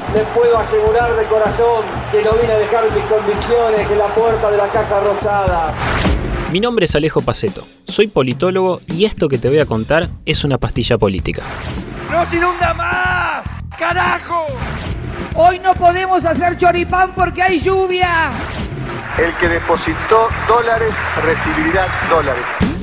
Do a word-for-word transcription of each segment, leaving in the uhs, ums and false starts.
les puedo asegurar de corazón que no vine a dejar mis convicciones en la puerta de la Casa Rosada. Mi nombre es Alejo Paceto, soy politólogo y esto que te voy a contar es una pastilla política. ¡No se inunda más! ¡Carajo! Hoy no podemos hacer choripán porque hay lluvia. El que depositó dólares recibirá dólares.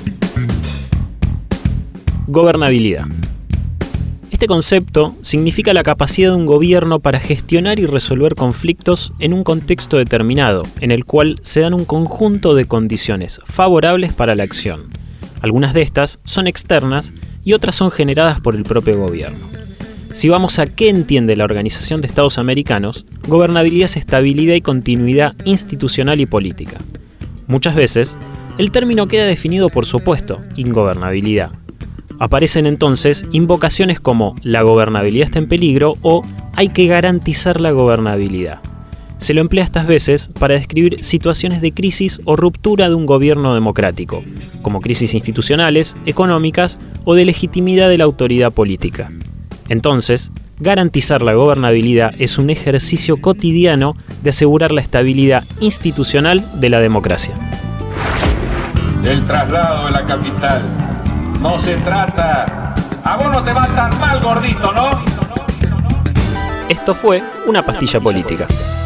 Gobernabilidad. Este concepto significa la capacidad de un gobierno para gestionar y resolver conflictos en un contexto determinado, en el cual se dan un conjunto de condiciones favorables para la acción. Algunas de estas son externas y otras son generadas por el propio gobierno. Si vamos a qué entiende la Organización de Estados Americanos, gobernabilidad es estabilidad y continuidad institucional y política. Muchas veces, el término queda definido por su opuesto, ingobernabilidad. Aparecen entonces invocaciones como la gobernabilidad está en peligro o hay que garantizar la gobernabilidad. Se lo emplea estas veces para describir situaciones de crisis o ruptura de un gobierno democrático, como crisis institucionales, económicas o de legitimidad de la autoridad política. Entonces, garantizar la gobernabilidad es un ejercicio cotidiano de asegurar la estabilidad institucional de la democracia. El traslado de la capital. No se trata... A vos no te va tan mal, gordito, ¿no? Esto fue Una Pastilla Política.